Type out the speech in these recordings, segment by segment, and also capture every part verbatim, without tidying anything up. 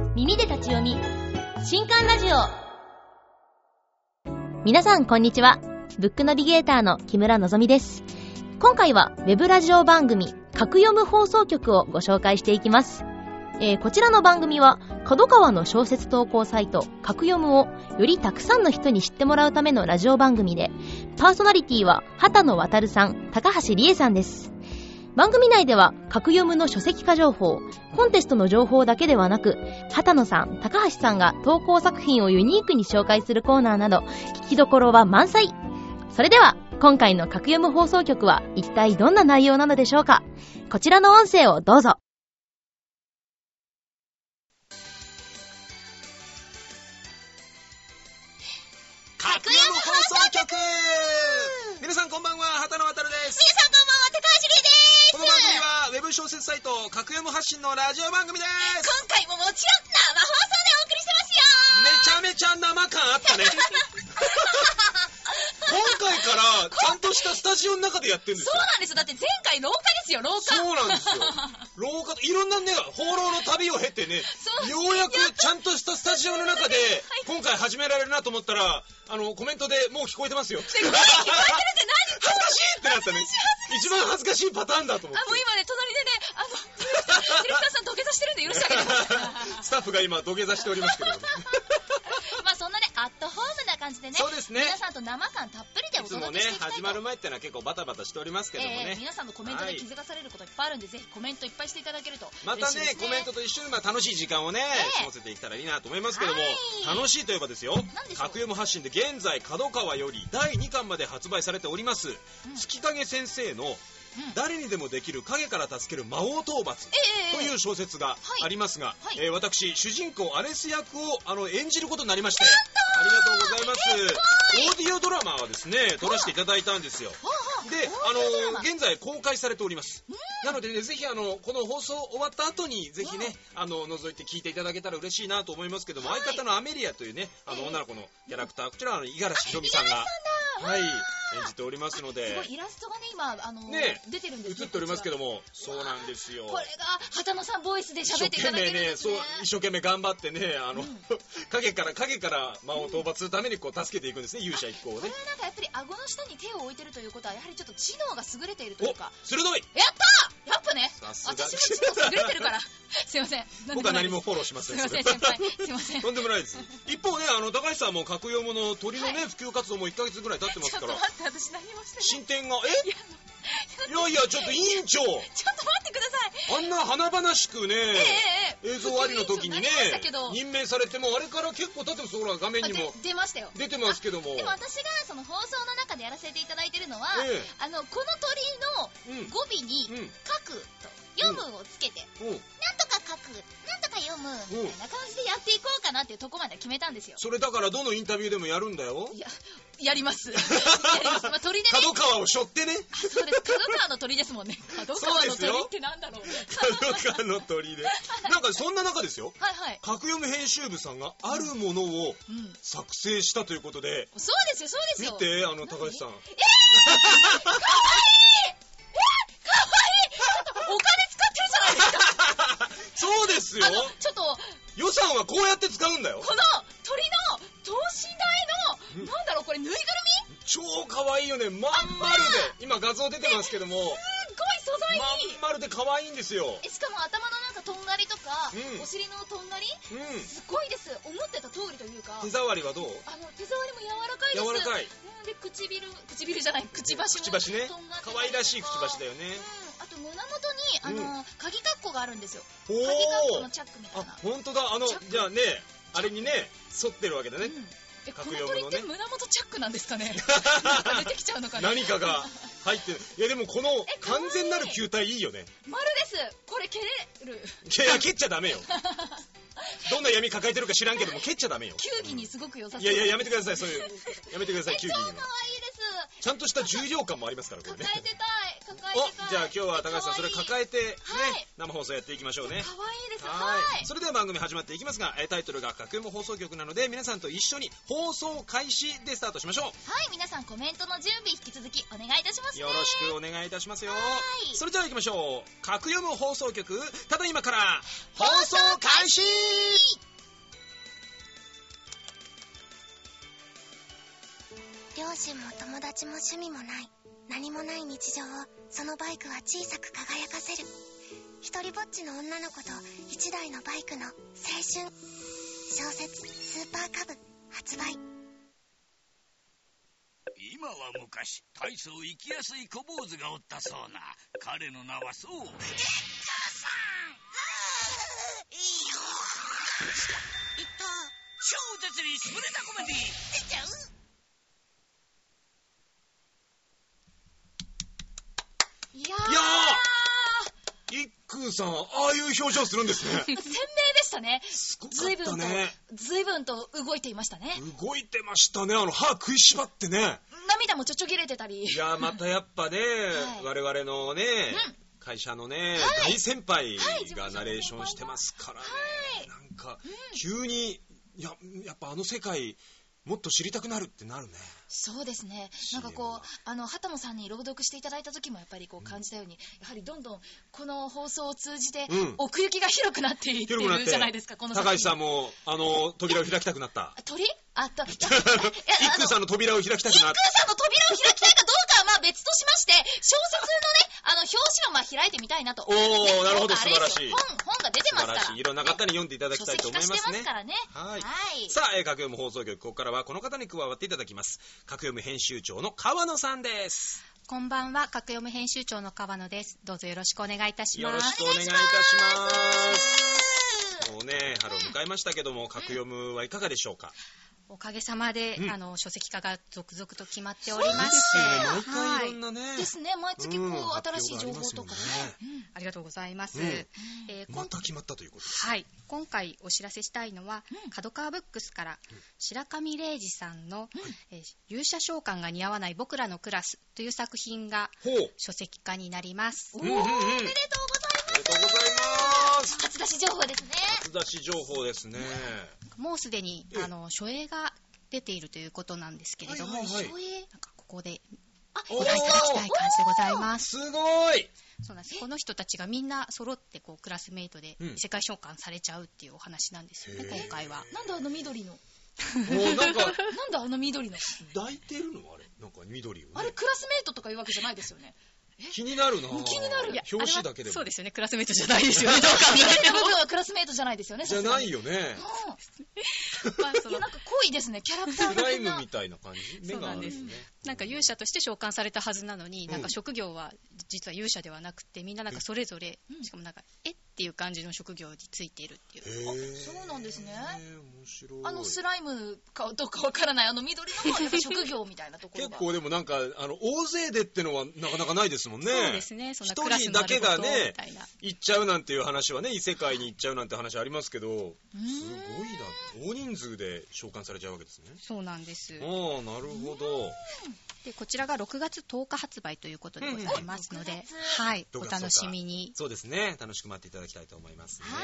耳で立ち読み新刊ラジオ。皆さんこんにちは。ブックナビゲーターの木村のぞみです。今回はウェブラジオ番組格読む放送局をご紹介していきます。えー、こちらの番組は角川の小説投稿サイト格読むをよりたくさんの人に知ってもらうためのラジオ番組で、パーソナリティは畑野渡さん、高橋理恵さんです。番組内では格読むの書籍化情報、コンテストの情報だけではなく、畑野さん、高橋さんが投稿作品をユニークに紹介するコーナーなど、聞きどころは満載。それでは今回の格読む放送局は一体どんな内容なのでしょうか。こちらの音声をどうぞ。 格読む放送局。皆さんこんばんは、畑野渡です。 皆さんこんばんは、高橋理恵です。 この番組はウェブ小説サイト格読む発信のラジオ番組です。 今回ももちろん生放送でお送りしてますよ。 めちゃめちゃ生感あったね。今回からちゃんとしたスタジオの中でやってるんですよ。 そうなんですよ。だって前回廊下ですよ、廊下。 そうなんですよ。廊下といろんなね、放浪の旅を経てね、ようやくちゃんとしたスタジオの中で今回始められるなと思ったら、あのコメントでもう聞こえてますよ。 聞こえてるって何？ 恥ずかしいってなったね。一番恥ずかしいパターンだと思って。 あ、もう今ね、隣でね、あのディレクターさん土下座してるんで許してあげてください。 スタッフが今土下座しておりますけども。 まあそんなね、アットホームな感じでね、 そうですね、 皆さんと生感たっぷりでお届けしていきたいと。 いつもね、始まる前ってのは結構バタバタしておりますけどもね、 えー、皆さんのコメントで気づかされることいっぱいあるんで、はい、ぜひコメントいっぱいしていただけるとまたね、 嬉しいですね。 コメントと一緒にまあ楽しい時間をね、 えー、 過ごせていけたらいいなと思いますけども、 はい、 楽しいといえばですよ、格読む発信で現在角川よりだいにかんまで発売されております、うん、月影先生の誰にでもできる影から助ける魔王討伐という小説がありますが、はいはい、えー、私主人公アレス役をあの演じることになりまして、ありがとうございます。オーディオドラマはですね、撮らせていただいたんですよ。で、あの現在公開されております。なのでね、ぜひあのこの放送終わった後にぜひね、あの覗いて聞いていただけたら嬉しいなと思いますけども、はい、相方のアメリアというね、あの女の子のキャラクター、こちらは五十嵐ひろみさんがはい、演じておりますので、 すごいイラストがね今あの、ね、出てるんですね。 映っておりますけども、そうなんですよ。 これが畑野さんボイスで喋っていただけるんですね。 一生懸命ね、そう一生懸命頑張ってね、あの、うん、影から影から魔王討伐するためにこう助けていくんですね、勇者一行をね。 これなんかやっぱり顎の下に手を置いてるということはやはりちょっと知能が優れているというか。 鋭い。 やったー。やっぱね、私も知能優れてるから。すいません。 僕は何もフォローしません。 すいません先輩。すいません。 とんでもないです。一方ね、あの高橋さんも格読むの鳥のね、はい、普及活動もいっかげつぐらい経ってますから。 ちょっと待って、私何もしてない。 進展がえ？いやいやいや、ちょっと委員長。ちょっと待ってください。 あんな華々しくね、 えー、 映像ありの時にね、任命されても、あれから結構経ってます。ほら、画面にも出ましたよ。 出てますけども。 でも私がその放送の中でやらせていただいてるのは、えー、あのこの鳥の語尾に書くと、読むをつけて、うん、なんとか書く、なんとか読むみたいな感じでやっていこうかなっていうとこまで決めたんですよ。 それだからどのインタビューでもやるんだよ。 いや、やります。やります。まあ、鳥でね。 角川を背負ってね。 あ、そうです。角川の鳥ですもんね。角川の鳥ってなんだろう。 角川の鳥で。なんかそんな中ですよ。 はいはい。 格読む編集部さんがあるものを作成したということで。 うん、そうですよ、そうですよ。 見て、あの高橋さん。えー、 かわいい。お金使ってるじゃないですか。 そうですよ。 ちょっと予算はこうやって使うんだよ。 この鳥の等身大の、なんだろうこれ、ぬいぐるみ？ 超可愛いよね。まん丸で今画像出てますけども、すごい素材にまん丸で可愛いんですよ。 しかも頭のなんかとんがりとか、うん、お尻のとんがり、うん、すごいです。思ってた通りというか。 手触りはどう？ あの手触りも柔らかいです。 柔らかい。 で唇唇じゃないくちばしもくちばしね。可愛らしいくちばしだよね。 うん、あと胸元にあの、うん、鍵カッコがあるんですよ。 鍵カッコのチャックみたいな。 あ、本当だ。あのじゃあね、あれにね沿ってるわけだね。うん、 え、この鳥って胸元チャックなんですかね。出てきちゃうのかな。 何かが入ってる。いやでもこの完全なる球体いいよね。 丸です。これ蹴れる。 いや切っちゃダメよ。どんな闇抱えてるか知らんけども蹴っちゃダメよ。 球技にすごく良さそう。 いやいややめてください。そういうやめてください。球技には。 超可愛いです。 ちゃんとした重量感もありますからこれね。 抱えてたい。抱お、じゃあ今日は高橋さんそれ抱えてね、生放送やっていきましょうね。 かわいいです。 はい。それでは番組始まっていきますが、タイトルが格山放送局なので、皆さんと一緒に放送開始でスタートしましょう。 はい、皆さんコメントの準備引き続きお願いいたしますね。 よろしくお願いいたしますよ。それでは行きましょう。格読む放送局、ただいまから放送開始。 両親も友達も趣味もない何もない日常をそのバイクは小さく輝かせる。一人ぼっちの女の子と一台のバイクの青春。小説スーパーカブ発売。 今は昔、大層生きやすい小坊主がおったそうな。彼の名はそう、エッカーさん。いいよ。いった。超絶に優れたコメディ。出ちゃう。 いやー、一空さん、ああいう表情するんですね。 鮮明でしたね。 すごかったね。 随分と動いていましたね。 動いてましたね。あの歯食いしばってね。 涙もちょちょ切れてたり。 いや、またやっぱね、はい、我々のね、うん、会社のね、はい、大先輩がナレーションしてますからね。はい、なんか、うん、急に、いや、やっぱあの世界、もっと知りたくなるってなるね。 そうですね。なんかこう、あの畑野さんに朗読していただいた時もやっぱりこう感じたように、うん、やはりどんどんこの放送を通じて、うん、奥行きが広くなっていってるじゃないですか。この高橋さんもあの扉を開きたくなった。 鳥？あと一空さんの扉を開きたくなった。一空さんの扉を開きたいかどうかはまあ別としまして、小説のね、あの表紙をまあ開いてみたいなと。 おー、ね、なるほど、素晴らしい。 本本が出てますから。 素晴らしい。いろんな方に読んでいただきたいと思いますね。 書籍化してますからね。 はい。はい、さあ、えー、格読む放送局、ここからはこの方に加わっていただきます。格読む編集長の川野さんです。 こんばんは、格読む編集長の川野です。どうぞよろしくお願いいたします。 よろしくお願いいたします。もうね、春を迎えましたけども、格読むはいかがでしょうか。 おかげさまで、うん、あの書籍化が続々と決まっておりまして、 毎回いろんなね、 はい、ですね、毎月こう、うん、新しい情報とかね、 うん、ありがとうございます。うん、 えー、また決まったということです。 はい、今回お知らせしたいのは、うん、角川ブックスから、うん、白上礼二さんの、うんえー、勇者召喚が似合わない僕らのクラスという作品が書籍化になります。 おー、うんうんうん、おめでとうございます。 ありがとうございます。 初出し情報ですね。 初出し情報ですね。 もうすでにあの書影が出ているということなんですけれども、はいはいはい、なんかここでご覧いただきたい感じでございます。 すごい。 そうなんです。この人たちがみんな揃ってこうクラスメイトで異世界召喚されちゃうっていうお話なんですよね、うん、今回は。 なんであの緑のもうなんかなんであの緑の抱いてるのあれなんか緑を、ね、 あれクラスメイトとかいうわけじゃないですよね。 気になるな。 気になる。 表紙だけでも。 そうですよね。クラスメイトじゃないですよね。どうか緑の部分はクラスメイトじゃないですよね。 じゃないよね。 まあ、そのなんか濃いですね。キャラクターが。スライムみたいな感じ。 そうなんですね。なんか勇者として召喚されたはずなのに、うん、なんか職業は実は勇者ではなくて、みんななんかそれぞれ、うん、しかもなんかえっていう感じの職業についているっていう。 あ、そうなんですね。 面白い。 あのスライムかどうかわからないあの緑のもやっぱ職業みたいなところが。 結構でもなんかあの大勢でってのはなかなかないですもんね。 そうですね。 一人だけがね行っちゃうなんていう話はね、異世界に行っちゃうなんて話ありますけど、すごいな。大人数で召喚されちゃうわけですね。 そうなんです。 ああ、なるほど。 でこちらがろくがつとおか発売ということでございますので、うんうん、はい、お楽しみに。 そうですね、楽しく待っていただきたいと思いますね。はい。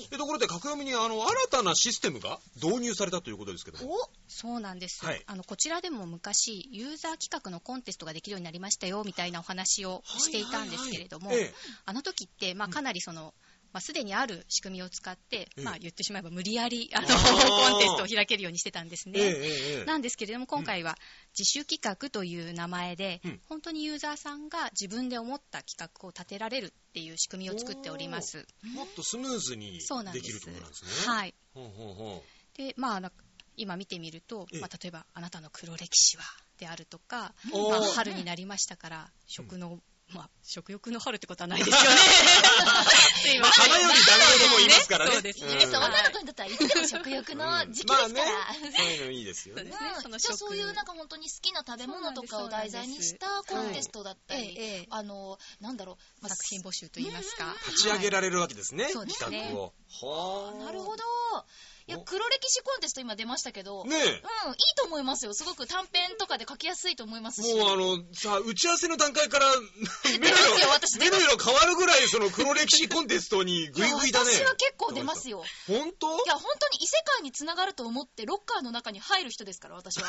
でところで格読みにあの新たなシステムが導入されたということですけども。 お、そうなんです、はい、あのこちらでも昔ユーザー企画のコンテストができるようになりましたよみたいなお話をしていたんですけれども、はいはいはい、あの時って、まあ、かなりその、うんまあ、すでにある仕組みを使って、ええまあ、言ってしまえば無理やりあのコンテストを開けるようにしてたんですね、ええ、なんですけれども今回は自主企画という名前で、うん、本当にユーザーさんが自分で思った企画を立てられるっていう仕組みを作っております。 もっとスムーズにできるところなんですね。 はい。 ほうほうほう。でまあ今見てみると、まあ、例えばあなたの黒歴史はであるとか、まあ、春になりましたから食の、うんまあ、食欲の春ってことはないですよね。 花より団子でも言いますからね。 そうですね。 うん、女の子にとってはいつでも食欲の時期ですから。うんまあね、そういうのいいですよね。 そうですね。そのじゃあそういうなんか本当に好きな食べ物とかを題材にしたコンテストだったり、ええ、あのなんだろう、 まあ、作品募集といいますか、 立ち上げられるわけですね。 そうですね。 企画を。 はあ、なるほど。 いや、黒歴史コンテスト今出ましたけど、 ねえ。 うん、いいと思いますよ。すごく短編とかで書きやすいと思いますし。 もうあの、さ、打ち合わせの段階から、 目の色、 目の色変わるぐらい、その黒歴史コンテストにグイグイだね。 私は結構出ますよ。 本当？ いや、本当に異世界に繋がると思って、ロッカーの中に入る人ですから、私は。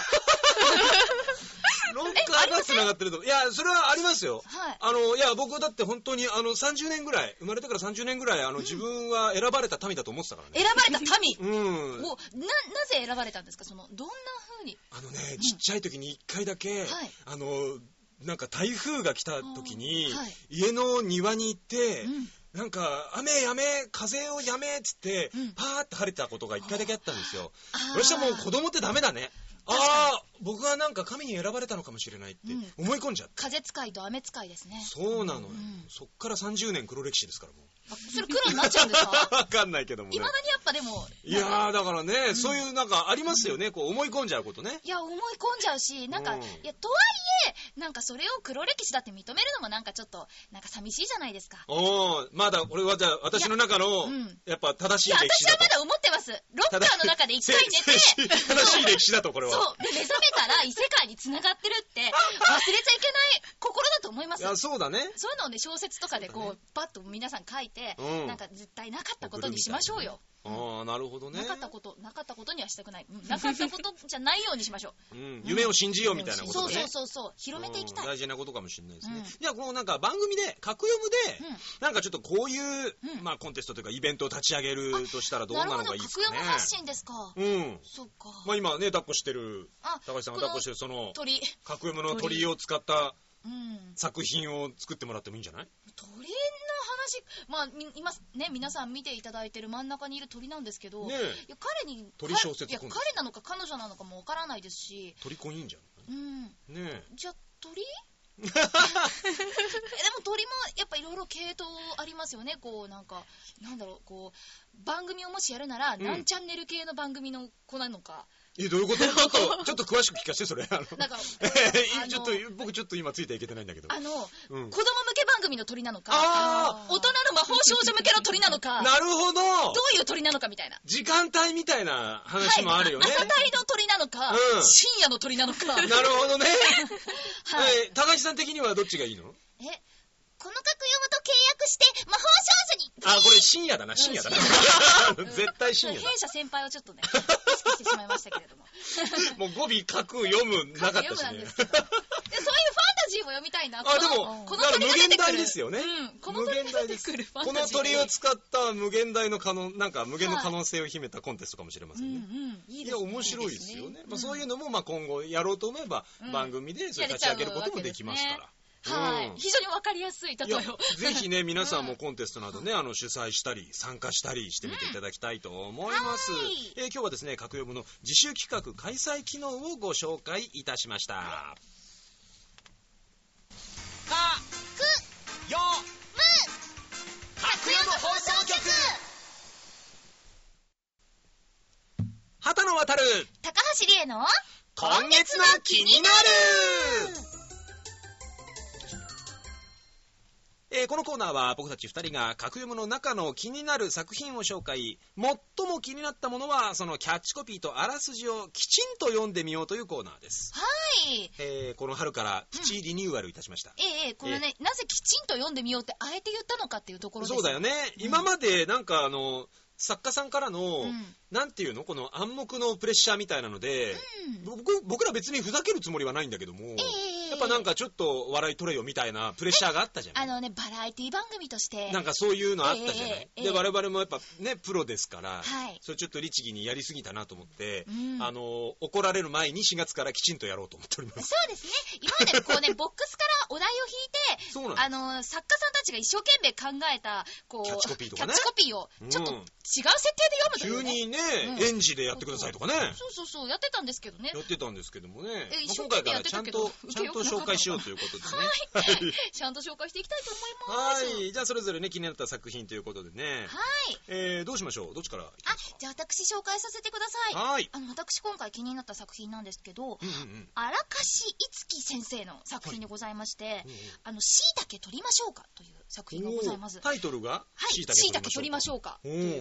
ロッカーが繋がってると。いや、それはありますよ。 はい。 あの、いや、僕だって本当に、あの、さんじゅうねんぐらい、生まれてからさんじゅうねんぐらい、あの、うん、自分は選ばれた民だと思ってたからね。 選ばれた民うん。 もう、な、なぜ選ばれたんですか？その、どんな風に。 あのね、ちっちゃい時に一回だけ、うん、はい、あの、なんか台風が来た時に、はい、家の庭に行って、うん、なんか、雨やめ、風をやめっつって、うん、パーって晴れたことが一回だけあったんですよ。そしたらもう子供ってダメだね。ああ、僕はなんか神に選ばれたのかもしれないって思い込んじゃって、 うん、風使いと雨使いですね。 そうなのよ、うん、そっからさんじゅうねん黒歴史ですからもう。 あ、それ黒になっちゃうんですか？ わかんないけどもね。 未だにやっぱでも。 いやーだからね、うん、そういうなんかありますよね、こう思い込んじゃうことね。 いや、思い込んじゃうし、なんか、うん、いや、とはいえ、なんかそれを黒歴史だって認めるのもなんかちょっと、なんか寂しいじゃないですか。 おー、まだ俺はじゃあ私の中の、うん、やっぱ正しい歴史だと。 いや、私はまだ思ってます。ロッカーの中で一回寝て、 正しい歴史だとこれは。 そう、で、目覚めたら異世界に繋がってるって、忘れちゃいけない心だと思います。 いや、そうだね。 そういうのをね、小説とかでこう、ね、パッと皆さん書いて、うん、なんか絶対なかったことにしましょうよ。 ああ、なるほどね。 なかったこと、なかったことにはしたくない。うん、なかったことじゃないようにしましょう。 うん、夢を信じようみたいなことね。 そうそうそうそう、広めていきたい。 大事なことかもしれないですね。うん、じゃあ、このなんか番組で、格読むで、うん、なんかちょっとこういう、うん、まあコンテストというかイベントを立ち上げるとしたらどうなのがいいですかね。 格読む発信ですか。 うん。 そっか。 まあ今ね、抱っこしてる、高橋さんが抱っこしてるその、 鳥。 格読むの鳥を使った、うん、作品を作ってもらってもいいんじゃない？ 鳥の話、まあ今ね、皆さん見ていただいてる真ん中にいる鳥なんですけど、ね、いや彼に鳥小説いや彼なのか彼女なのかもわからないですし、 鳥子いいんじゃない？うん。 ねえ。 じゃあ鳥？でも鳥もやっぱいろいろ系統ありますよね。こうなんかなんだろう、こう番組をもしやるなら、うん、何チャンネル系の番組の子なのか。 え、どういうこと？ちょっと、ちょっと詳しく聞かせて、それ。あのなんか、 ちょっと、僕ちょっと今ついていけてないんだけど。 あの、うん、子供向け番組の鳥なのか、あ大人の魔法少女向けの鳥なのか、 なるほど。どういう鳥なのかみたいな。 時間帯みたいな話もあるよね。 はい、朝帯の鳥なのか、うん、深夜の鳥なのか。 なるほどね。はい。高橋さん的にはどっちがいいの？ えこの格読むと契約して魔法少女に。 あ、これ深夜だな、深夜だな。絶対深夜だ。 弊社先輩をちょっとね、意識してしまいましたけれども。 もう語尾書く読むなかったしね。 書く読むなんですけど。で、そういうファンタジーも読みたいな。 あ、でも、 この鳥無限大ですよね。 うん、この鳥が出てくるファンタジー。 この鳥を使った無限大の可能、なんか無限の可能性を秘めたコンテストかもしれませんね。 うんうん、いいですね。 いや、面白いですよね。まあそういうのも、まあ今後やろうと思えば、番組でそれ立ち上げることもできますから。 はい、うん、非常に分かりやすい例えをぜひね皆さんもコンテストなどね、うん、あの主催したり参加したりしてみていただきたいと思います、うん、えー、今日はですね格読むの自主企画開催機能をご紹介いたしました。かくよむ格読む放送局畑野渡る高橋理恵の今月の気になる。えー、このコーナーは僕たちふたりが格読むの中の気になる作品を紹介。最も気になったものはそのキャッチコピーとあらすじをきちんと読んでみようというコーナーです。 はい、 えー、この春からプチリニューアルいたしました。 うん、ええこれね、えー、なぜきちんと読んでみようってあえて言ったのかっていうところです。 そうだよね、うん、今までなんかあの作家さんからの、うん、なんていうのこの暗黙のプレッシャーみたいなので、うん、僕, 僕ら別にふざけるつもりはないんだけども、えー、やっぱなんかちょっと笑い取れよみたいなプレッシャーがあったじゃん。 あのねバラエティ番組としてなんかそういうのあったじゃない、えー、で我々もやっぱねプロですから、 はい、 それちょっと律儀にやりすぎたなと思って、うん、あの怒られる前にしがつからきちんとやろうと思っております。 そうですね、今までこうねボックスからお題を引いてそうなんあの作家さんたちが一生懸命考えたこうキャッチコピーとかねキャッチコピーをちょっと違う設定で読むというね、 急にね、うん、演じでやってくださいとかね、 そうそうそうやってたんですけどねやってたんですけどもね、まあ、今回からちゃんとちゃんと紹介しようということですね。 はい、ちゃんと紹介していきたいと思います。 はい、じゃあそれぞれね気になった作品ということでね、 はい、 えー、どうしましょう、どっちからいきますか。 あ、じゃあ私紹介させてください。 はい、 あの私今回気になった作品なんですけど、 うんうんうん、 荒樫いつき先生の作品でございまして、はい、あのしいたけ取りましょうかという作品がございます。 タイトルがしいたけ取りましょうかという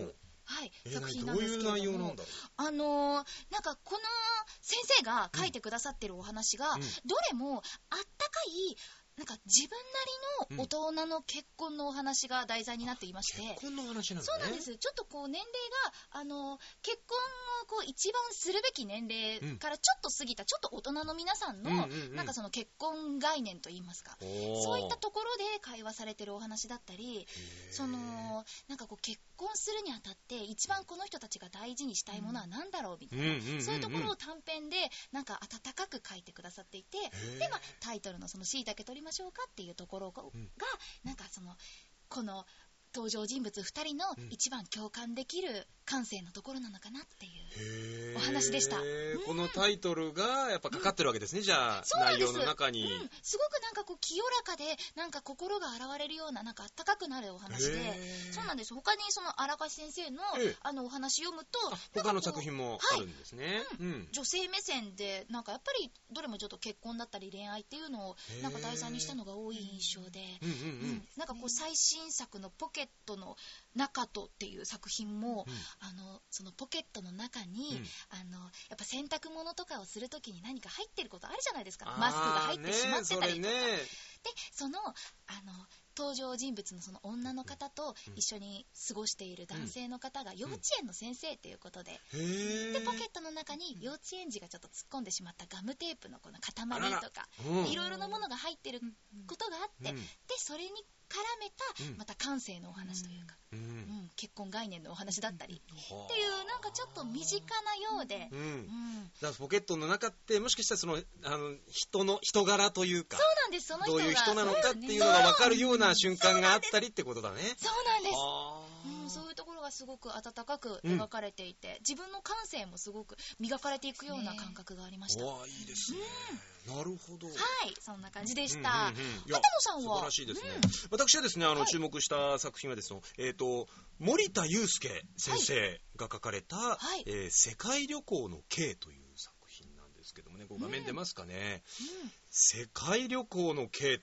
はい、えー、作品なんですけれども、 どういう内容なんだろう。 あのー、なんかこの先生が書いてくださってるお話が、うん、どれもあったかいなんか自分なりの大人の結婚のお話が題材になっていまして、うん、 結婚の話なんだね。 そうなんです。ちょっとこう年齢があの結婚をこう一番するべき年齢からちょっと過ぎた、うん、ちょっと大人の皆さんの、うんうんうん、なんかその結婚概念といいますか、そういったところで会話されてるお話だったり、そのなんかこう結婚するにあたって一番この人たちが大事にしたいものは何だろうみたいな、うんうんうんうん、そういうところを短編でなんか温かく書いてくださっていて、で、まあ、タイトルのそのしいたけ取りましょうかっていうところが、うん、なんかそのこの登場人物ふたりの一番共感できる感性のところなのかなっていうお話でした。 へ、うん、このタイトルがやっぱかかってるわけですね、うん、じゃあ内容の中に、 うん、すごくなんかこう清らかでなんか心が洗われるようななんかあったかくなるお話で、そうなんです。他にその荒川先生のあのお話読むと他の作品もあるんですね、はい、 うんうん、女性目線でなんかやっぱりどれもちょっと結婚だったり恋愛っていうのをなんか題材にしたのが多い印象で、うんうんうんうん、なんかこう最新作のポケットの中とっていう作品も、うん、あのそのポケットの中に、うん、あのやっぱ洗濯物とかをするときに何か入ってることあるじゃないですか。マスクが入ってしまってたりとか、ね、でそのあの登場人物のその女の方と一緒に過ごしている男性の方が幼稚園の先生ということで、うん、でポケットの中に幼稚園児がちょっと突っ込んでしまったガムテープのこの塊とか、うん、いろいろなものが入ってることがあって、うん、でそれに絡めたまた感性のお話というか、うんうん、結婚概念のお話だったり、うん、っていうなんかちょっと身近なようで、うんうん、 だからポケットの中ってもしかしたらそのあの人の人柄というか、 そうなんです、その人がどういう人なのかっていうのが分かるような瞬間があったりってことだね。 そうなんです。うん、そういうところがすごく温かく描かれていて、うん、自分の感性もすごごく磨かれていくような感覚がありました。 わあ、いいですね、うん、なるほど。 はい、そんな感じでした。 うんうんうん、 片野さんは素晴らしいですね、うん、私はですねあの、はい、注目した作品はですね、えーと、森田祐介先生が書かれた、はいえー、世界旅行の K という作品なんですけどもね、こう画面出ますかね、うんうん、世界旅行の K って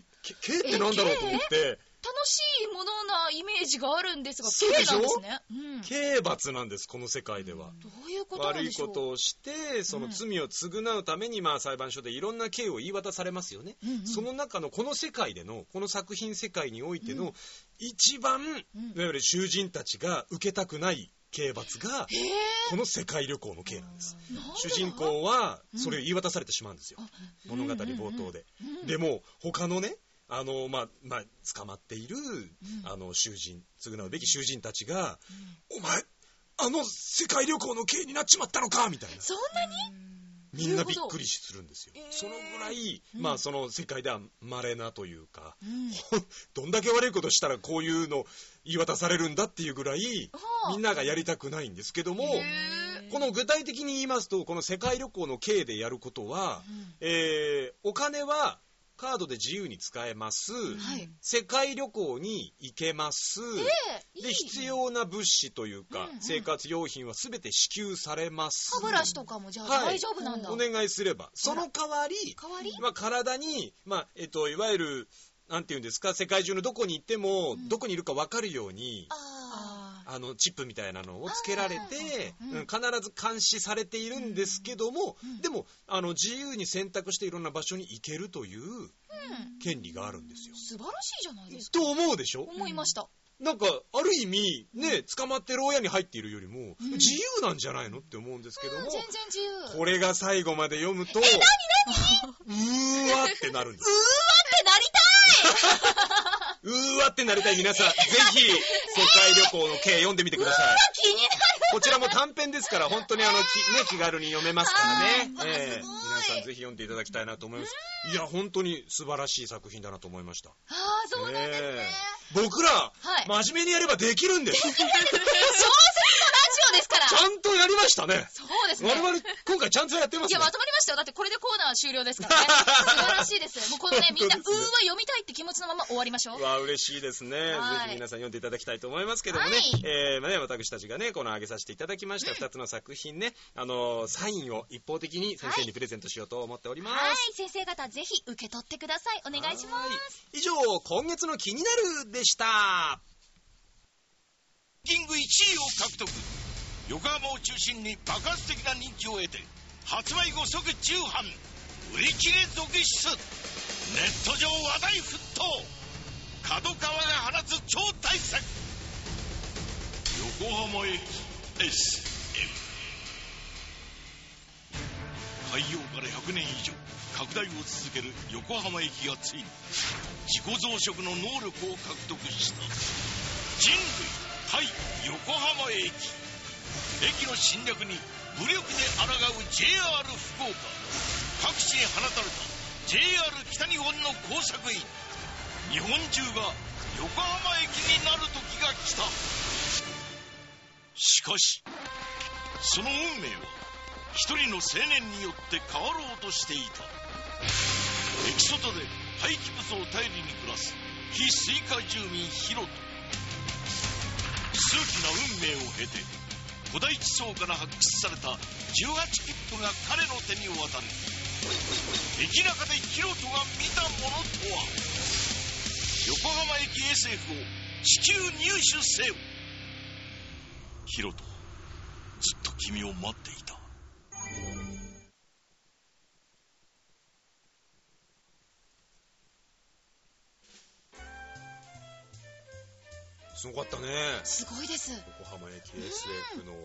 K ってなんだろうと思って楽しいものなイメージがあるんですが、刑なんですね。うん、 刑罰なんです、この世界では。 どういうことなんでしょう。 悪いことをして、その罪を償うために、まあ裁判所でいろんな刑を言い渡されますよね。うんうん、その中のこの世界での、この作品世界においての、うん、一番、うん、いわゆる囚人たちが受けたくない刑罰が、この世界旅行の刑なんです。主人公はそれを言い渡されてしまうんですよ。うん、物語冒頭で。うんうん、でも、他のね、あのまあまあ、捕まっている、うん、あの囚人償うべき囚人たちが、うん、お前あの世界旅行の刑になっちまったのかみたいな、 そんなにみんなびっくりするんですよ、えー、そのぐらい、うん、まあその世界では稀なというか、うん、どんだけ悪いことしたらこういうの言い渡されるんだっていうぐらい、みんながやりたくないんですけども、えー、この具体的に言いますと、この世界旅行の刑でやることは、うん、えー、お金はカードで自由に使えます、はい、世界旅行に行けます、えー、で必要な物資というか、うんうん、生活用品は全て支給されます。 歯ブラシとかもじゃあ大丈夫なんだ、 はい、お願いすれば。その代わり、 代わり、 まあ、体に、まあえっと、いわゆるなんていうんですか、世界中のどこに行っても、うん、どこにいるか分かるように、ああのチップみたいなのをつけられて、うん、必ず監視されているんですけども、うん、でもあの自由に選択していろんな場所に行けるという権利があるんですよ。 素晴らしいじゃないですか。 と思うでしょ。 思いました。 なんかある意味ね、捕まってる親に入っているよりも、うん、自由なんじゃないのって思うんですけども、うん、 全然自由。 これが最後まで読むと、 え、なになにうーわってなるんです。 うーわってなりたいうーわってなりたい皆さん、ぜひ世界旅行の K 読んでみてください。うーわ気になる。 こちらも短編ですから、本当にあの、ね、気軽に読めますからね、えー、皆さんぜひ読んでいただきたいなと思います。いや本当に素晴らしい作品だなと思いました。 ああ、そうなんですね、 えー、僕ら、はい、真面目にやればできるんです。 できるんです。小説のラジオですから。 ちゃんとやりましたね。 そうですね。 我々今回ちゃんとやってますね。 いや、まとまりましたよ。だってこれでコーナー終了ですからね。素晴らしいです。もうこのね、みんなうーわ読みたいって気持ちのまま終わりましょう。 わあ、嬉しいですね。ぜひ皆さん読んでいただきたいと思いますけどもね、はい、えーまあね、私たちがねこの上げさせていただきましたふたつの作品ね、あのー、サインを一方的に先生にプレゼントしようと思っております。 はい、先生方ぜひ受け取ってください。お願いします。 以上、今月の気になるでした。 キングイいちいを獲得。横浜を中心に爆発的な人気を得て発売後即重版、売り切れ続出。ネット上話題沸騰、角川が放つ超大作横浜駅 エスエフ。 開業からひゃくねん以上拡大を続ける横浜駅がついに自己増殖の能力を獲得した。人類対横浜駅。駅の侵略に武力で抗う ジェイアール 福岡。各地に放たれた ジェイアール 北日本の工作員。日本中が横浜駅になる時が来た。しかしその運命は一人の青年によって変わろうとしていた。駅外で廃棄物を頼りに暮らす非水化住民ヒロト。数奇な運命を経て古代地層から発掘されたじゅうはち切符が彼の手に渡る。駅中でヒロトが見たものとは。横浜駅 エスエフ を至急入手せよ。ヒロト、ずっと君を待っていた。 すごかったね。 すごいです。 横浜駅 エスエフ の、うん、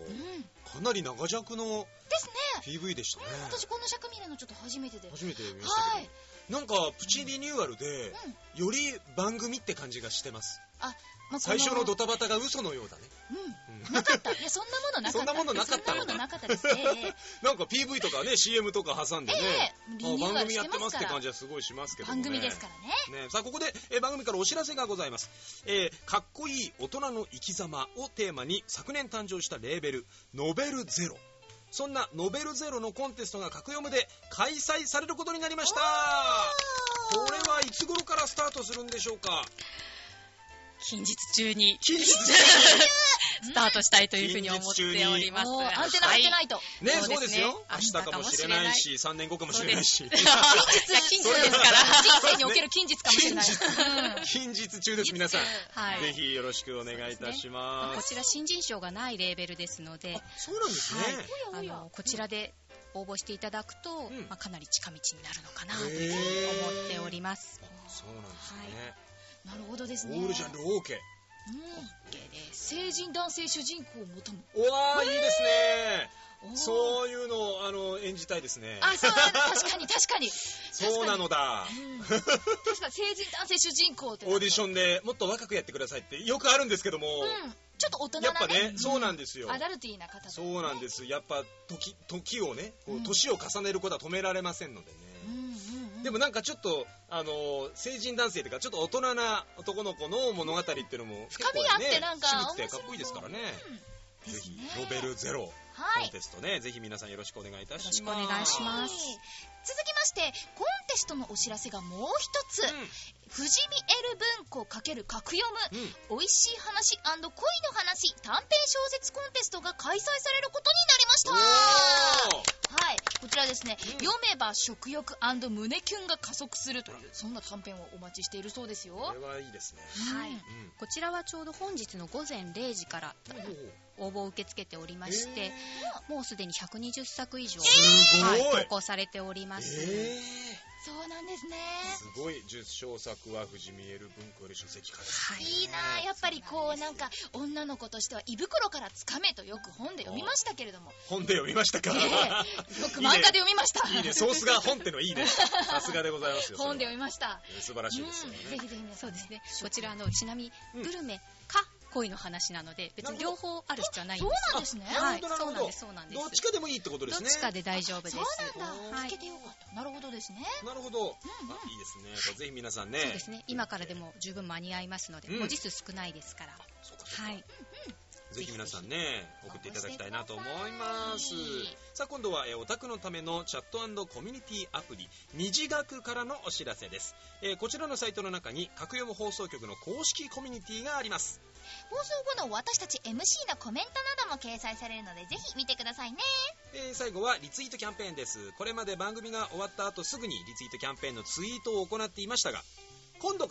かなり長尺のですねピーブイ でしたね。 私この尺見るのちょっと初めてで初めて見ましたけど、はい、なんかプチリニューアルで、うん、より番組って感じがしてます。あ、まあ、最初のドタバタが嘘のようだね。 うん、なかった。いや、そんなものなかった。 そんなものなかったのか。 そんなものなかったですね。 なんか ピーブイ とかね シーエム とか挟んでね、えー、番組やってますって感じはすごいしますけどね。 番組ですからね。 ね、さあここで、えー、番組からお知らせがございます。えー、かっこいい大人の生き様をテーマに昨年誕生したレーベルノベルゼロ。そんなノベルゼロのコンテストが格読むで開催されることになりました。これはいつ頃からスタートするんでしょうか。 近日中に近日中にスタートしたいというふうに思っております。 アンテナ張ってないと、 はい、ね、そうですよ。明日かもしれないし、さんねんごかもしれないし。 近日、近日ですから。 人生における近日かもしれない。 近日中です、皆さん。はい、ぜひよろしくお願いいたします。 こちら新人賞がないレーベルですので、 そうなんですね。 はい、あのこちらで応募していただくと、うん、まあ、かなり近道になるのかなと思っております。 そうなんですね。はい、 なるほどですね。 オールジャンル OK。うん、OK です。成人男性主人公を求む。 おわー、いいですね。そういうのをあの演じたいですね。 あ、そう、確かに確かに。 そうなのだ。 うん、確かに成人男性主人公って。 オーディションでもっと若くやってくださいってよくあるんですけども。うん、 ちょっと大人なね。 やっぱね、そうなんですよ。 アダルティーな方、ね。 そうなんです。やっぱ時時をね、こう年を重ねることは止められませんのでね。うんうんうん、でもなんかちょっとあの成人男性というかちょっと大人な男の子の物語っていうのも深みがあってなんか渋くてかっこいいですからね。うん、ぜひノベルゼロコンテストね、はい、ぜひ皆さんよろしくお願いいたします。 よろしくお願いします。 続きましてコンテストのお知らせがもう一つ、うん、富士見 L 文庫×格読む、うん、美味しい話&恋の話短編小説コンテストが開催されることになりました。はい、こちらですね、うん、読めば食欲&胸キュンが加速するというそんな短編をお待ちしているそうですよ。 これはいいですね。 はい、うん、こちらはちょうど本日の午前れいじから応募を受け付けておりまして、もうすでにひゃくにじゅっさく以上、はい、投稿されております。 そうなんですね。 すごい。じゅっしょうさくは富士見 L 文庫より書籍化です、 はい、いいな。やっぱりこうなんか女の子としては胃袋からつかめとよく本で読みましたけれども。 本で読みましたか、 えー、よく漫画で読みました。 いいね、ソースが本ってのいいね。さすがでございますよ。 本で読みました、 えー、素晴らしいですよね、うん、 ぜひぜひね。そうですね、こちらのちなみにグルメか恋の話なので別に両方ある必要はないんです。 そうなんですね。 はい、そうなんです、そうなんです。 どっちかでもいいってことですね。 どっちかで大丈夫です。そうなんだ。聞けてよかった。なるほどですね。 なるほど。うんうん、いいですね。ぜひ皆さんね。 そうですね。今からでも十分間に合いますので、うん、文字数少ないですから。 そうかそうか。 はい。うんうんぜひ皆さんね送っていただきたいなと思います。さあ今度はえオタクのためのチャット&コミュニティアプリ虹学からのお知らせです。えー、こちらのサイトの中に格読む放送局の公式コミュニティがあります。 放送後の私たち エムシー のコメントなども掲載されるのでぜひ見てくださいね。 えー、最後はリツイートキャンペーンです。これまで番組が終わった後すぐにリツイートキャンペーンのツイートを行っていましたが、今度から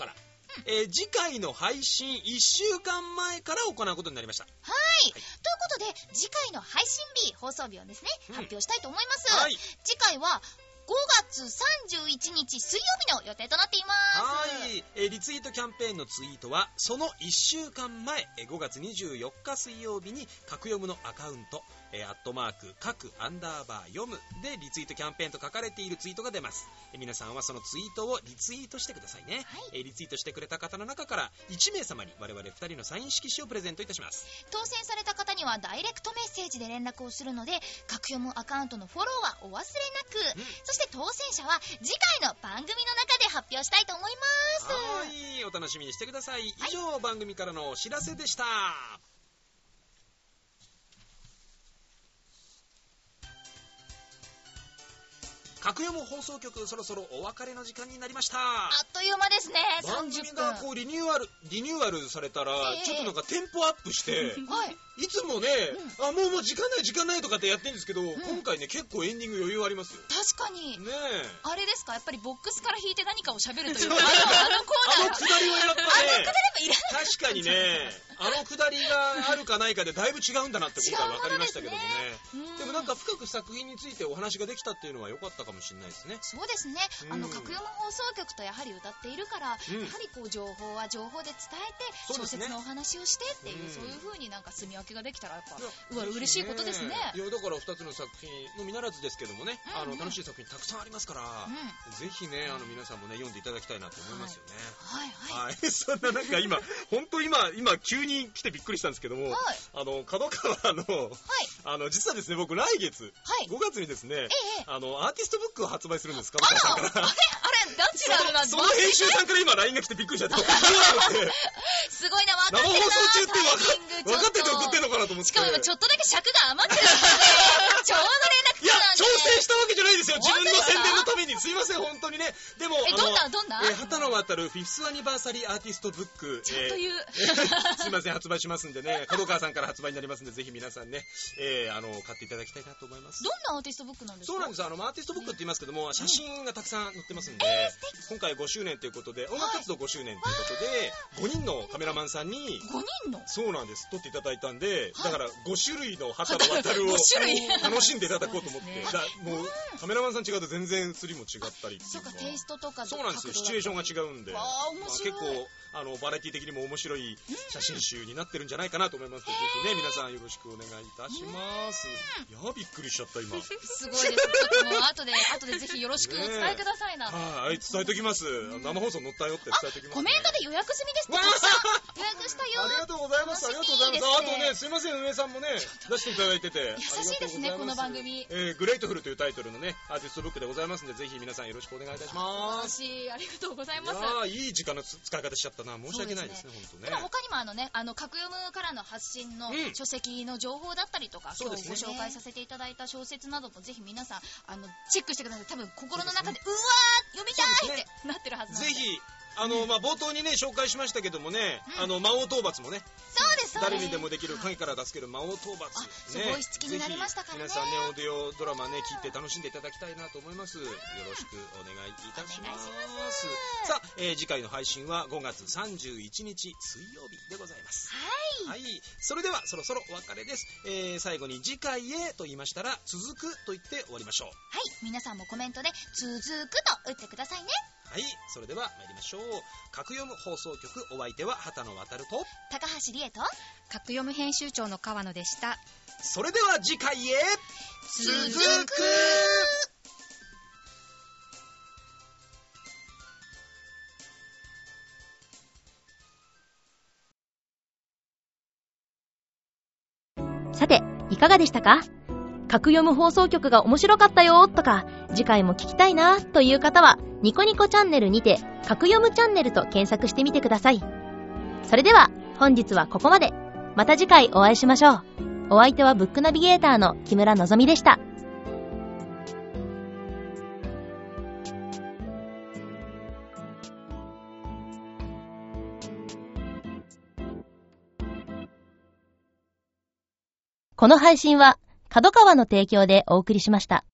えー、次回の配信いっしゅうかんまえから行うことになりました。 はい、はい、ということで次回の配信日、放送日をですね、うん、発表したいと思います。はい、次回はごがつさんじゅういちにち水曜日の予定となっています。 はい、えー、リツイートキャンペーンのツイートはそのいっしゅうかんまえ、ごがつにじゅうよっか水曜日に格読むのアカウント、えー、アットマーク各アンダーバー読むでリツイートキャンペーンと書かれているツイートが出ます。えー、皆さんはそのツイートをリツイートしてくださいね。はい、えー、リツイートしてくれた方の中からいちめいさまに我々ふたりのサイン色紙をプレゼントいたします。 当選された方にはダイレクトメッセージで連絡をするので、格読むアカウントのフォローはお忘れなく、うん、そして当選者は次回の番組の中で発表したいと思います。 はい、お楽しみにしてください。以上、はい、番組からのお知らせでした。格読む放送局、そろそろお別れの時間になりました。 あっという間ですね。 番組がこうリニューアルリニューアルされたら、えー、ちょっとなんかテンポアップして、はい、いつもね、うん、あもうもう時間ない時間ないとかってやってるんですけど、うん、今回ね結構エンディング余裕ありますよ。 確かにね。あれですか、やっぱりボックスから弾いて何かを喋るというか、あのコーナー、あのくだりはやっぱね、 あのくだりはいらない。 確かにね、あのくだりがあるかないかでだいぶ違うんだなって今回分かりましたけどもね。でもなんか深く作品についてお話ができたっていうのは良かったかもしれないですね。 そうですね、あの格読む放送局とやはり歌っているから、うん、やはりこう情報は情報で伝えて、小説のお話をしてっていう、そういう風になんか住み分けができたらやっぱうわ嬉しいことですね。 いやだからふたつの作品のみならずですけどもね、うんうん、あの楽しい作品たくさんありますから、うん、ぜひねあの皆さんもね読んでいただきたいなと思いますよね。 はいはい、はいはい、そんななんか今本当今今急に来てびっくりしたんですけども、はい、あの角川の、はい、あの実はですね僕来月、はい、ごがつにですね、ええ、あのアーティストブックを発売するんです。角川さんから。 あれあれナチュラルなその編集さんから今 ライン が来てびっくりしちゃって。 すごいな、分かってるな。 生放送中って分かってて送ってんのかなと思って。 しかも今ちょっとだけ尺が余ってるんですよ。ちょうど連絡来たなんで。 いや調整したわけじゃないですよ。自分の宣伝のためにすいません本当にね。でもえどんなどんな？ え畑の渡るフィフスアニバーサリーアーティストブック。 ちゃんと言う。 すいません発売しますんでね。角川さんから発売になりますんでぜひ皆さんね、えー、あの買っていただきたいなと思います。 どんなアーティストブックなんですか？ そうなんです。あのアーティストブックって言いますけども、うん、写真がたくさん載ってますんで、えー、今回ごしゅうねんということで音楽活動ごしゅうねんということで、はい、ごにんのカメラマンさんにごにんのそうなんです撮っていただいたんで、はい、だからごしゅるいの畑の渡るを楽しんでいただこうと思って、ね、だもうカメラマンさん違うと全然写りも違ったりっていうか、 そうかテイストとかそうなんですよ、シチュエーションが違うんで、 あ面白い、 まあ、結構あのバラエティ的にも面白い写真集になってるんじゃないかなと思いますので、ぜひね皆さんよろしくお願いいたします。いやびっくりしちゃった今。 すごいです。ちょっともう後で後でぜひよろしくお伝えくださいな。 はい、伝えときます。生放送載ったよって伝えときます、ね。 コメントで予約済みですってたくさん予約したよ。 ありがとうございます。ありがとうございます。あとねすいません上さんもね出していただいてて優しいですねこの番組。 えー、グレイトフルというタイトルのねアーティストブックでございますのでぜひ皆さんよろしくお願いいたします。 優しいありがとうございます。 いやいい時間の使い方しちゃったな申し訳ないですね。本当ね。 でも他にもあのねあの格読むからの発信の書籍の情報だったりとか、うん、今日ご紹介させていただいた小説などもぜひ皆さんあのチェックしてください。多分心の中でうわー読みたいってなってるはずなんで。 ぜひあの、まあ、冒頭にね紹介しましたけどもね、うん、あの魔王討伐もねそうですそうです誰にでもできる影から助ける魔王討伐、 ね、ボイス付きになりましたからね。 皆さんねオーディオドラマね聞いて楽しんでいただきたいなと思います、うん、よろしくお願いいたします。さあ、えー、次回の配信はごがつさんじゅういちにち水曜日でございます。 はい、 はい、それではそろそろお別れです、えー、最後に次回へと言いましたら続くと言って終わりましょう。 はい、皆さんもコメントで続くと打ってくださいね。 はい、それでは参りましょう。格読む放送局、お相手は畑野渡と高橋理恵と格読む編集長の川野でした。 それでは次回へ続く。 さていかがでしたか？格読む放送局が面白かったよとか次回も聞きたいなという方はニコニコチャンネルにて格読むチャンネルと検索してみてください。それでは本日はここまで。また次回お会いしましょう。お相手はブックナビゲーターの木村のぞみでした。この配信は角川の提供でお送りしました。